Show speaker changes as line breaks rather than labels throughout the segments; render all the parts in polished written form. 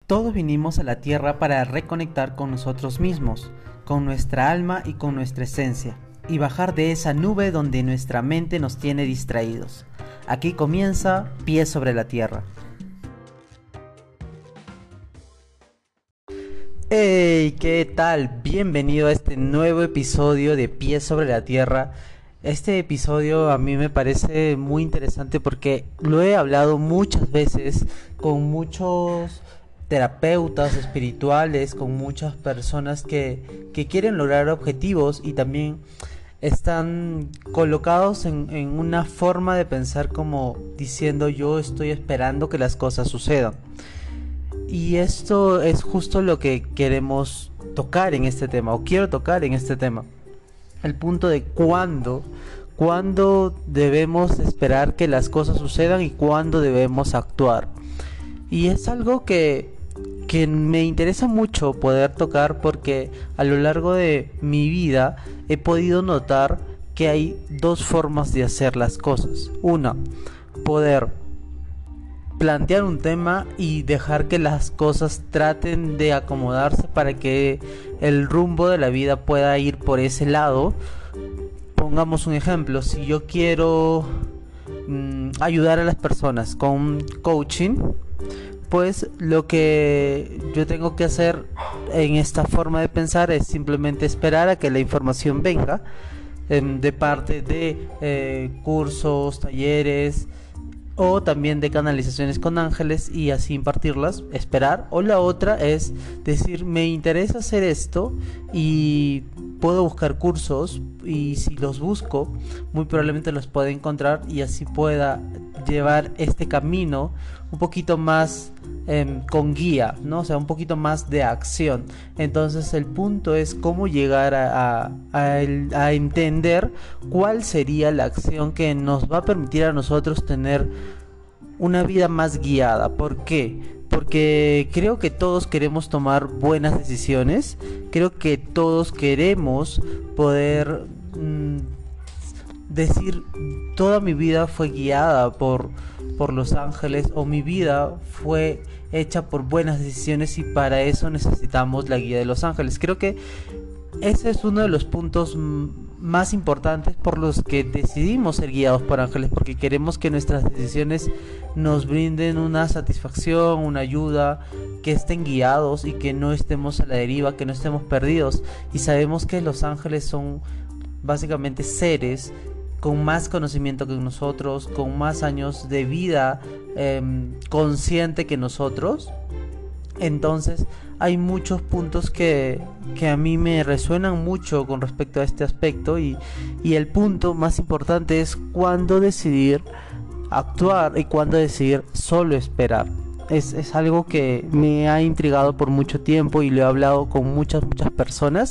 Todos vinimos a la Tierra para reconectar con nosotros mismos, con nuestra alma y con nuestra esencia, y bajar de esa nube donde nuestra mente nos tiene distraídos. Aquí comienza Pies sobre la Tierra. ¡Hey! ¿Qué tal? Bienvenido a este nuevo episodio de Pies sobre la Tierra. Este episodio a mí me parece muy interesante porque lo he hablado muchas veces con muchos terapeutas espirituales, con muchas personas que quieren lograr objetivos y también están colocados en una forma de pensar como diciendo yo estoy esperando que las cosas sucedan. Y esto es justo lo que queremos tocar en este tema, o quiero tocar en este tema. El punto de cuándo debemos esperar que las cosas sucedan y cuándo debemos actuar. Y es algo que me interesa mucho poder tocar porque a lo largo de mi vida he podido notar que hay dos formas de hacer las cosas. Una, poder plantear un tema y dejar que las cosas traten de acomodarse para que el rumbo de la vida pueda ir por ese lado. Pongamos un ejemplo, si yo quiero ayudar a las personas con coaching, pues lo que yo tengo que hacer en esta forma de pensar es simplemente esperar a que la información venga de parte de cursos, talleres o también de canalizaciones con ángeles y así impartirlas, esperar. O la otra es decir, me interesa hacer esto y puedo buscar cursos, y si los busco muy probablemente los pueda encontrar y así pueda llevar este camino un poquito más con guía, ¿no? O sea, un poquito más de acción. Entonces el punto es cómo llegar a entender cuál sería la acción que nos va a permitir a nosotros tener una vida más guiada. ¿Por qué? Porque creo que todos queremos tomar buenas decisiones. Creo que todos queremos poder decir toda mi vida fue guiada por los ángeles, o mi vida fue hecha por buenas decisiones y para eso necesitamos la guía de los ángeles. Creo que ese es uno de los puntos más importantes por los que decidimos ser guiados por ángeles, porque queremos que nuestras decisiones nos brinden una satisfacción, una ayuda, que estén guiados y que no estemos a la deriva, que no estemos perdidos. Y sabemos que los ángeles son básicamente seres con más conocimiento que nosotros, con más años de vida consciente que nosotros. Entonces hay muchos puntos que a mí me resuenan mucho con respecto a este aspecto, y el punto más importante es cuándo decidir actuar y cuándo decidir solo esperar. Es algo que me ha intrigado por mucho tiempo y lo he hablado con muchas personas.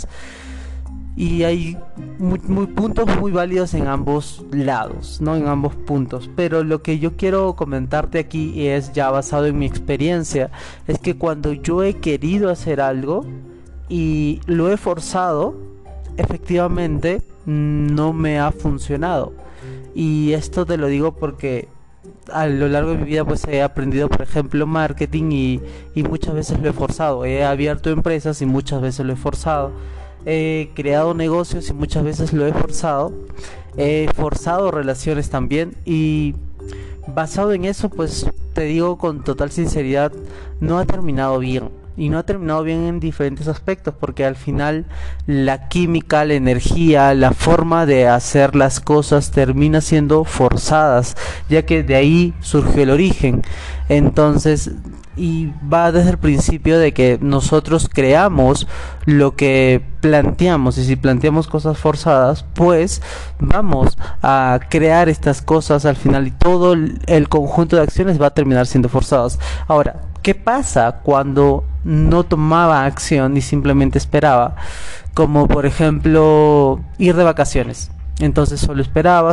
Y hay puntos muy válidos en ambos lados, ¿no? En ambos puntos. Pero lo que yo quiero comentarte aquí, y es ya basado en mi experiencia, es que cuando yo he querido hacer algo y lo he forzado, efectivamente no me ha funcionado. Y esto te lo digo porque a lo largo de mi vida pues he aprendido, por ejemplo, marketing y muchas veces lo he forzado. He abierto empresas y muchas veces lo he forzado. He creado negocios y muchas veces lo he forzado. He forzado relaciones también, y basado en eso pues te digo con total sinceridad, no ha terminado bien. Y no ha terminado bien en diferentes aspectos, porque al final la química, la energía, la forma de hacer las cosas termina siendo forzadas, ya que de ahí surgió el origen. Entonces, y va desde el principio de que nosotros creamos lo que planteamos, y si planteamos cosas forzadas pues vamos a crear estas cosas al final, y todo el conjunto de acciones va a terminar siendo forzadas. Ahora, ¿qué pasa cuando no tomaba acción y simplemente esperaba? Como por ejemplo ir de vacaciones. Entonces solo esperaba,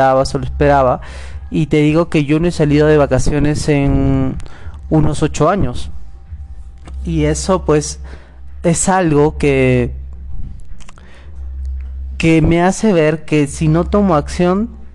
y te digo que yo no he salido de vacaciones en unos 8 años. Y eso pues es algo que me hace ver que si no tomo acción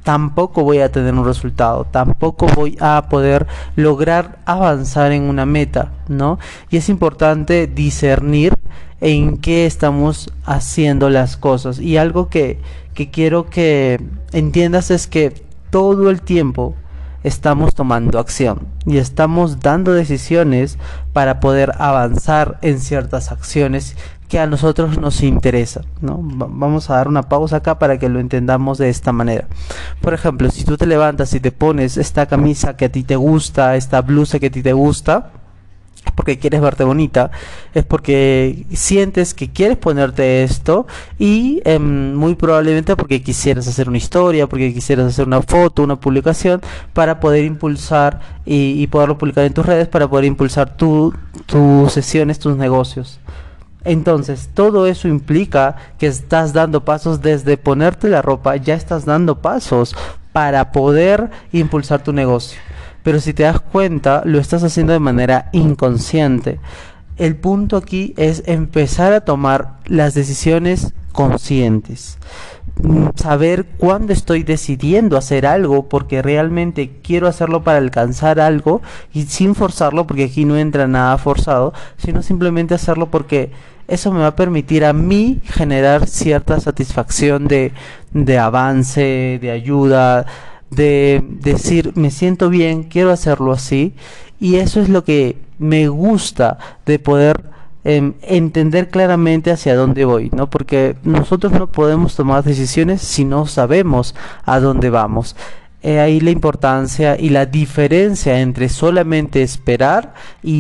tampoco voy a tener un resultado, tampoco voy a poder lograr avanzar en una meta, ¿no? Y es importante discernir en qué estamos haciendo las cosas. Y algo que quiero que entiendas es que todo el tiempo estamos tomando acción y estamos dando decisiones para poder avanzar en ciertas acciones que a nosotros nos interesa, ¿no? Vamos a dar una pausa acá para que lo entendamos de esta manera. Por ejemplo, si tú te levantas y te pones esta camisa que a ti te gusta, esta blusa que a ti te gusta, es porque quieres verte bonita, es porque sientes que quieres ponerte esto y muy probablemente porque quisieras hacer una historia, porque quisieras hacer una foto, una publicación para poder impulsar y poderlo publicar en tus redes para poder impulsar tus sesiones, tus negocios. Entonces, todo eso implica que estás dando pasos desde ponerte la ropa, ya estás dando pasos para poder impulsar tu negocio. Pero si te das cuenta, lo estás haciendo de manera inconsciente. El punto aquí es empezar a tomar las decisiones conscientes. Saber cuándo estoy decidiendo hacer algo porque realmente quiero hacerlo para alcanzar algo y sin forzarlo, porque aquí no entra nada forzado, sino simplemente hacerlo porque eso me va a permitir a mí generar cierta satisfacción de avance, de ayuda, de decir me siento bien, quiero hacerlo así. Y eso es lo que me gusta de poder entender claramente hacia dónde voy, ¿no? Porque nosotros no podemos tomar decisiones si no sabemos a dónde vamos. Ahí la importancia y la diferencia entre solamente esperar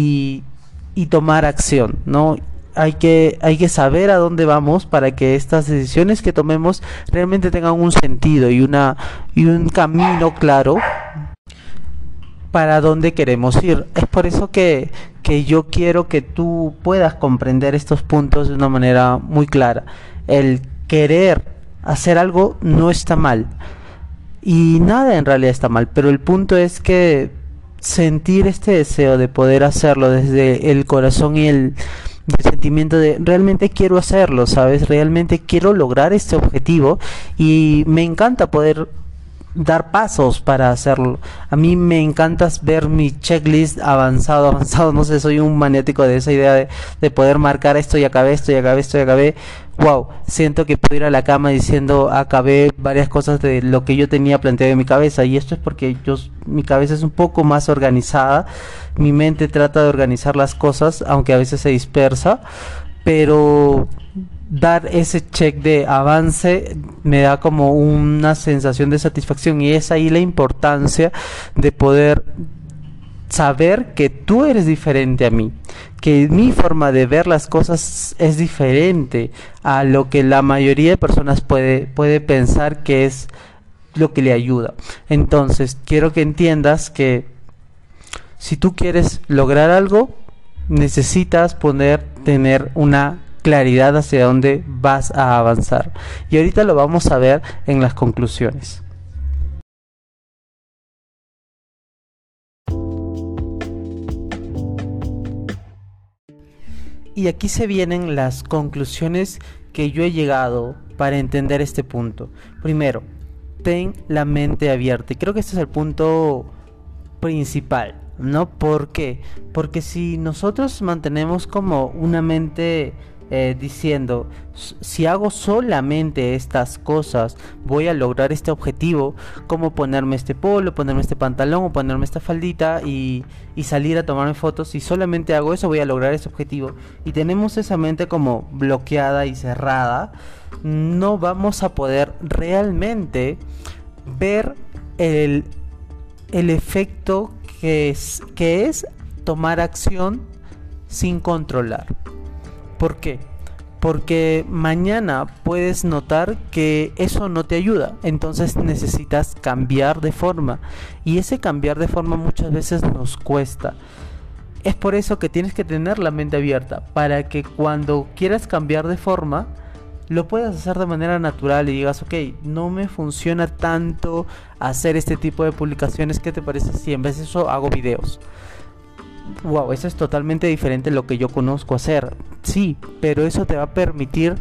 y tomar acción, ¿no? Hay que saber a dónde vamos para que estas decisiones que tomemos realmente tengan un sentido y un camino claro para dónde queremos ir. Es por eso que yo quiero que tú puedas comprender estos puntos de una manera muy clara. El querer hacer algo no está mal y nada en realidad está mal, pero el punto es que sentir este deseo de poder hacerlo desde el corazón y el sentimiento de realmente quiero hacerlo, ¿sabes? Realmente quiero lograr este objetivo y me encanta poder dar pasos para hacerlo. A mí me encanta ver mi checklist avanzado, no sé, soy un maniático de esa idea de poder marcar esto y acabé, esto y acabé, esto y acabé. Wow, siento que puedo ir a la cama diciendo acabé varias cosas de lo que yo tenía planteado en mi cabeza, y esto es porque mi cabeza es un poco más organizada, mi mente trata de organizar las cosas, aunque a veces se dispersa, pero dar ese check de avance me da como una sensación de satisfacción, y es ahí la importancia de poder saber que tú eres diferente a mí, que mi forma de ver las cosas es diferente a lo que la mayoría de personas puede pensar que es lo que le ayuda. Entonces quiero que entiendas que si tú quieres lograr algo, necesitas tener una claridad hacia dónde vas a avanzar, y ahorita lo vamos a ver en las conclusiones. Y aquí se vienen las conclusiones que yo he llegado para entender este punto. Primero, ten la mente abierta, y creo que este es el punto principal, ¿no? ¿Por qué? Porque si nosotros mantenemos como una mente diciendo, si hago solamente estas cosas voy a lograr este objetivo, como ponerme este polo, ponerme este pantalón o ponerme esta faldita y salir a tomarme fotos, si solamente hago eso voy a lograr ese objetivo, y tenemos esa mente como bloqueada y cerrada, no vamos a poder realmente ver el efecto que es tomar acción sin controlar. ¿Por qué? Porque mañana puedes notar que eso no te ayuda, entonces necesitas cambiar de forma, y ese cambiar de forma muchas veces nos cuesta. Es por eso que tienes que tener la mente abierta, para que cuando quieras cambiar de forma lo puedas hacer de manera natural y digas, ok, no me funciona tanto hacer este tipo de publicaciones, ¿qué te parece si en vez de eso hago videos? Wow, eso es totalmente diferente a lo que yo conozco hacer. Sí, pero eso te va a permitir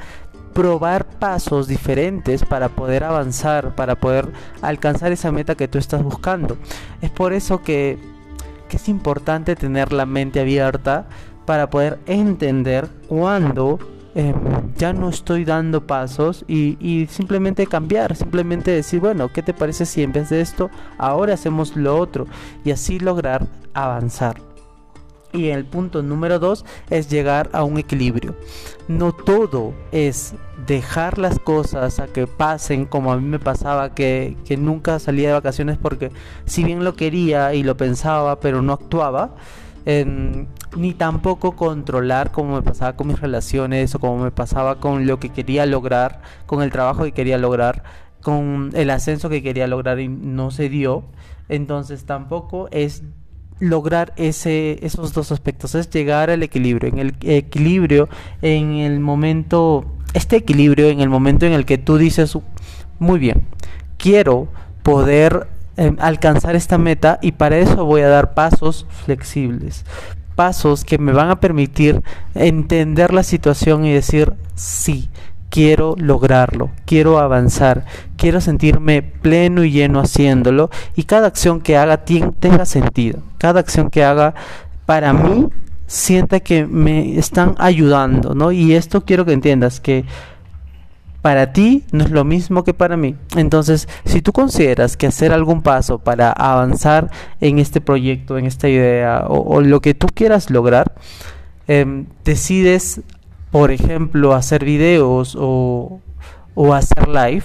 probar pasos diferentes para poder avanzar, para poder alcanzar esa meta que tú estás buscando. Es por eso que es importante tener la mente abierta para poder entender cuándo ya no estoy dando pasos y simplemente cambiar, simplemente decir, bueno, ¿qué te parece si en vez de esto ahora hacemos lo otro? Y así lograr avanzar. Y el punto número 2 es llegar a un equilibrio. No todo es dejar las cosas a que pasen, como a mí me pasaba, que nunca salía de vacaciones porque si bien lo quería y lo pensaba, pero no actuaba. Ni tampoco controlar, como me pasaba con mis relaciones o como me pasaba con lo que quería lograr, con el trabajo que quería lograr, con el ascenso que quería lograr y no se dio. Entonces tampoco es lograr esos dos aspectos, es llegar al equilibrio. En el equilibrio, en el momento, este equilibrio en el momento en el que tú dices, muy bien, quiero poder alcanzar esta meta y para eso voy a dar pasos flexibles, pasos que me van a permitir entender la situación y decir, sí, quiero lograrlo, quiero avanzar, quiero sentirme pleno y lleno haciéndolo, y cada acción que haga tenga sentido, cada acción que haga para mí sienta que me están ayudando, ¿no? Y esto quiero que entiendas, que para ti no es lo mismo que para mí. Entonces, si tú consideras que hacer algún paso para avanzar en este proyecto, en esta idea o lo que tú quieras lograr, decides, por ejemplo, hacer videos o hacer live,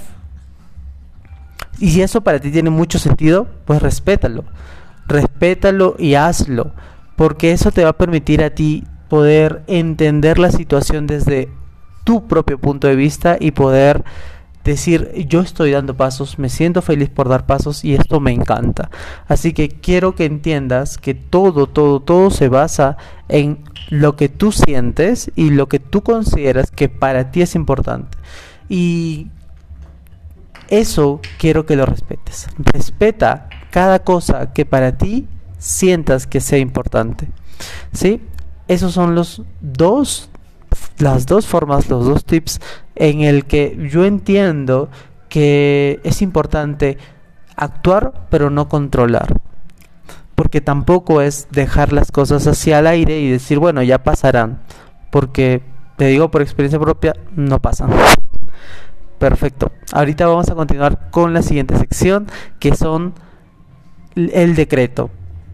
y si eso para ti tiene mucho sentido, pues respétalo y hazlo, porque eso te va a permitir a ti poder entender la situación desde tu propio punto de vista y poder decir, yo estoy dando pasos, me siento feliz por dar pasos y esto me encanta. Así que quiero que entiendas que todo se basa en lo que tú sientes y lo que tú consideras que para ti es importante. Y eso quiero que lo respetes. Respeta cada cosa que para ti sientas que sea importante. ¿Sí? Esos son las dos formas, los dos tips en el que yo entiendo que es importante actuar pero no controlar, porque tampoco es dejar las cosas hacia el aire y decir, bueno, ya pasarán, porque te digo por experiencia propia, no pasan. Perfecto, ahorita vamos a continuar con la siguiente sección, que son el decreto.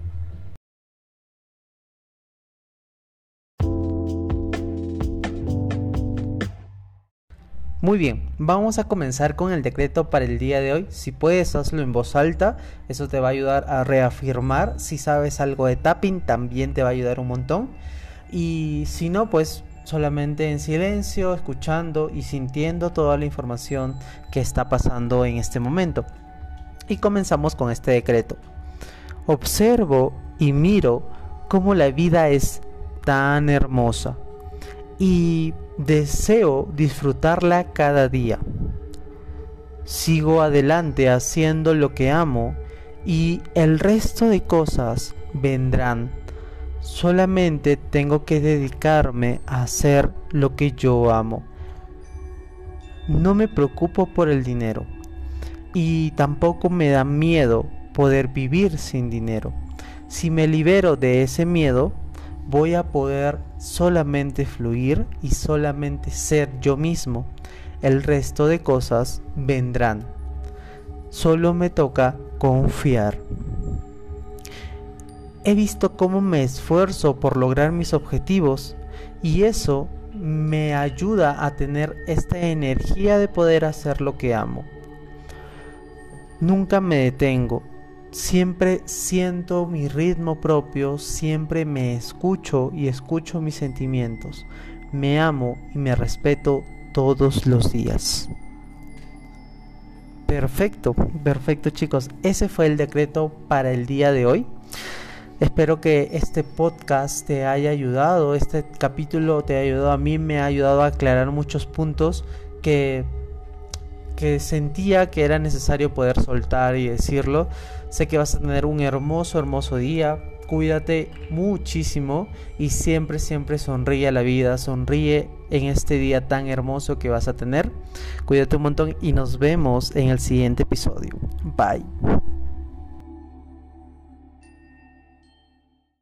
Muy bien, vamos a comenzar con el decreto para el día de hoy. Si puedes, hazlo en voz alta, eso te va a ayudar a reafirmar. Si sabes algo de tapping, también te va a ayudar un montón. Y si no, pues solamente en silencio, escuchando y sintiendo toda la información que está pasando en este momento. Y comenzamos con este decreto. Observo y miro cómo la vida es tan hermosa y deseo disfrutarla cada día. Sigo adelante haciendo lo que amo y el resto de cosas vendrán. Solamente tengo que dedicarme a hacer lo que yo amo. No me preocupo por el dinero y tampoco me da miedo poder vivir sin dinero. Si me libero de ese miedo, voy a poder solamente fluir y solamente ser yo mismo. El resto de cosas vendrán. Solo me toca confiar. He visto cómo me esfuerzo por lograr mis objetivos y eso me ayuda a tener esta energía de poder hacer lo que amo. Nunca me detengo. Siempre siento mi ritmo propio, siempre me escucho y escucho mis sentimientos. Me amo y me respeto todos los días. Perfecto chicos, ese fue el decreto para el día de hoy. Espero que este podcast te haya ayudado, este capítulo te ha ayudado, a mí me ha ayudado a aclarar muchos puntos que sentía que era necesario poder soltar y decirlo. Sé que vas a tener un hermoso día. cuídate muchísimo y siempre, siempre sonríe a la vida, sonríe en este día tan hermoso que vas a tener. Cuídate un montón y nos vemos en el siguiente episodio. Bye.